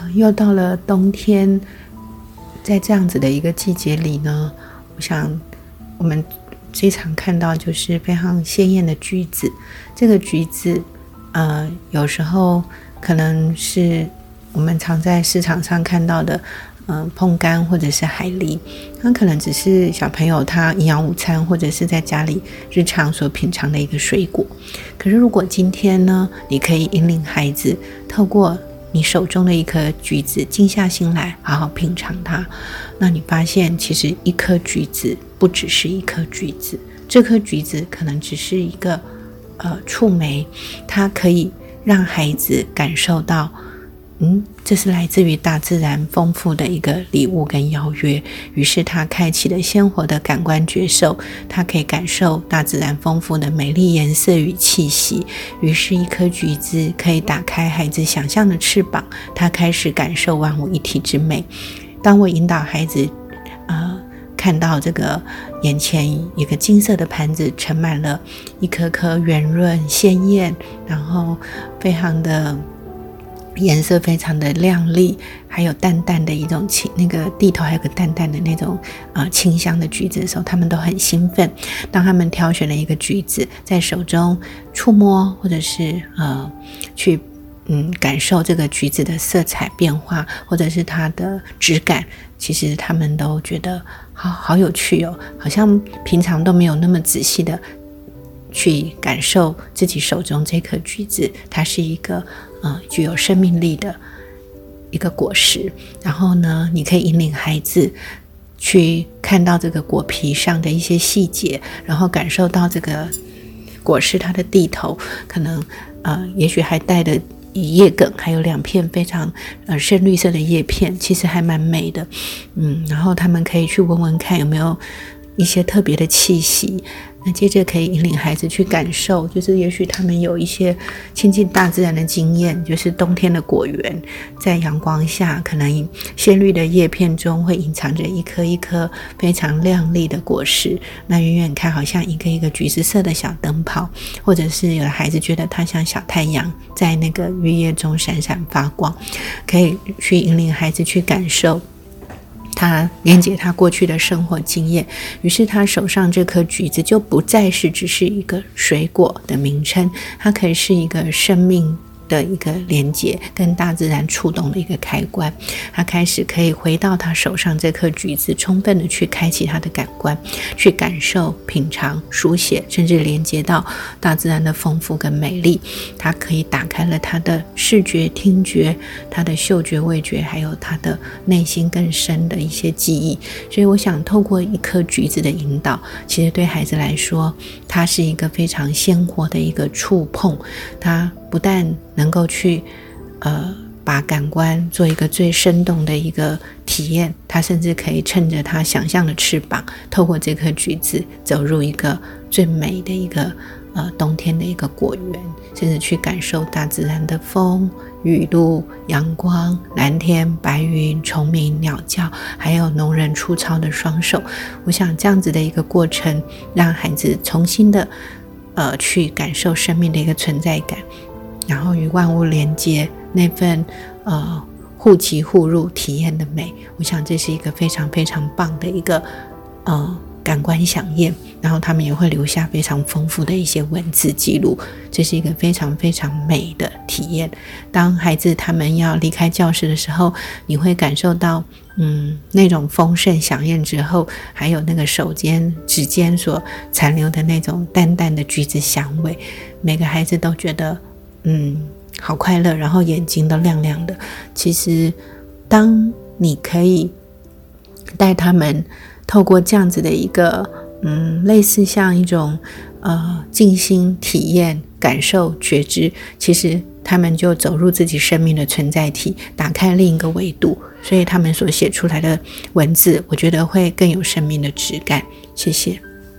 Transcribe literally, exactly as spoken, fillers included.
呃，又到了冬天，在这样子的一个季节里呢，我想我们最常看到就是非常鲜艳的橘子。这个橘子呃，有时候可能是我们常在市场上看到的嗯、呃，椪柑或者是海梨，它可能只是小朋友他营养午餐或者是在家里日常所品尝的一个水果。可是如果今天呢，你可以引领孩子透过你手中的一颗橘子静下心来好好品尝它，那你发现其实一颗橘子不只是一颗橘子，这颗橘子可能只是一个呃触媒，它可以让孩子感受到嗯，这是来自于大自然丰富的一个礼物跟邀约。于是他开启了鲜活的感官觉受，他可以感受大自然丰富的美丽颜色与气息。于是一颗橘子可以打开孩子想象的翅膀，他开始感受万物一体之美。当我引导孩子呃，看到这个眼前一个金色的盘子盛满了一颗颗圆润鲜艳，然后非常的颜色非常的亮丽，还有淡淡的一种清，那个地头还有个淡淡的那种呃清香的橘子的时候，他们都很兴奋。当他们挑选了一个橘子，在手中触摸，或者是呃去嗯感受这个橘子的色彩变化，或者是它的质感，其实他们都觉得好好有趣哦，好像平常都没有那么仔细的去感受自己手中这颗橘子，它是一个呃具有生命力的一个果实。然后呢，你可以引领孩子去看到这个果皮上的一些细节，然后感受到这个果实它的蒂头可能呃也许还带的叶梗，还有两片非常呃深绿色的叶片，其实还蛮美的。嗯，然后他们可以去闻闻看有没有一些特别的气息。那接着可以引领孩子去感受，就是也许他们有一些亲近大自然的经验，就是冬天的果园，在阳光下可能鲜绿的叶片中会隐藏着一颗一颗非常亮丽的果实，那远远看好像一个一个橘子色的小灯泡，或者是有的孩子觉得它像小太阳在那个绿叶中闪闪发光。可以去引领孩子去感受他连接他过去的生活经验，于是他手上这颗橘子就不再是只是一个水果的名称，它可以是一个生命的一个连接，跟大自然触动的一个开关。他开始可以回到他手上这颗橘子，充分的去开启他的感官，去感受、品尝、书写，甚至连接到大自然的丰富跟美丽。他可以打开了他的视觉、听觉，他的嗅觉、味觉，还有他的内心更深的一些记忆。所以我想透过一颗橘子的引导，其实对孩子来说，它是一个非常鲜活的一个触碰。它不但能够去呃把感官做一个最生动的一个体验，他甚至可以趁着他想象的翅膀，透过这颗橘子走入一个最美的一个呃冬天的一个果园，甚至去感受大自然的风、雨露、阳光、蓝天、白云、虫鸣、鸟叫，还有农人粗糙的双手。我想这样子的一个过程，让孩子重新的呃去感受生命的一个存在感，然后与万物连接那份呃互击互入体验的美。我想这是一个非常非常棒的一个呃感官飨宴，然后他们也会留下非常丰富的一些文字记录，这是一个非常非常美的体验。当孩子他们要离开教室的时候，你会感受到嗯那种丰盛飨宴之后，还有那个手间指尖所残留的那种淡淡的橘子香味，每个孩子都觉得嗯好快乐，然后眼睛都亮亮的。其实当你可以带他们透过这样子的一个嗯类似像一种呃静心体验、感受、觉知，其实他们就走入自己生命的存在体，打开另一个维度，所以他们所写出来的文字，我觉得会更有生命的质感。谢谢。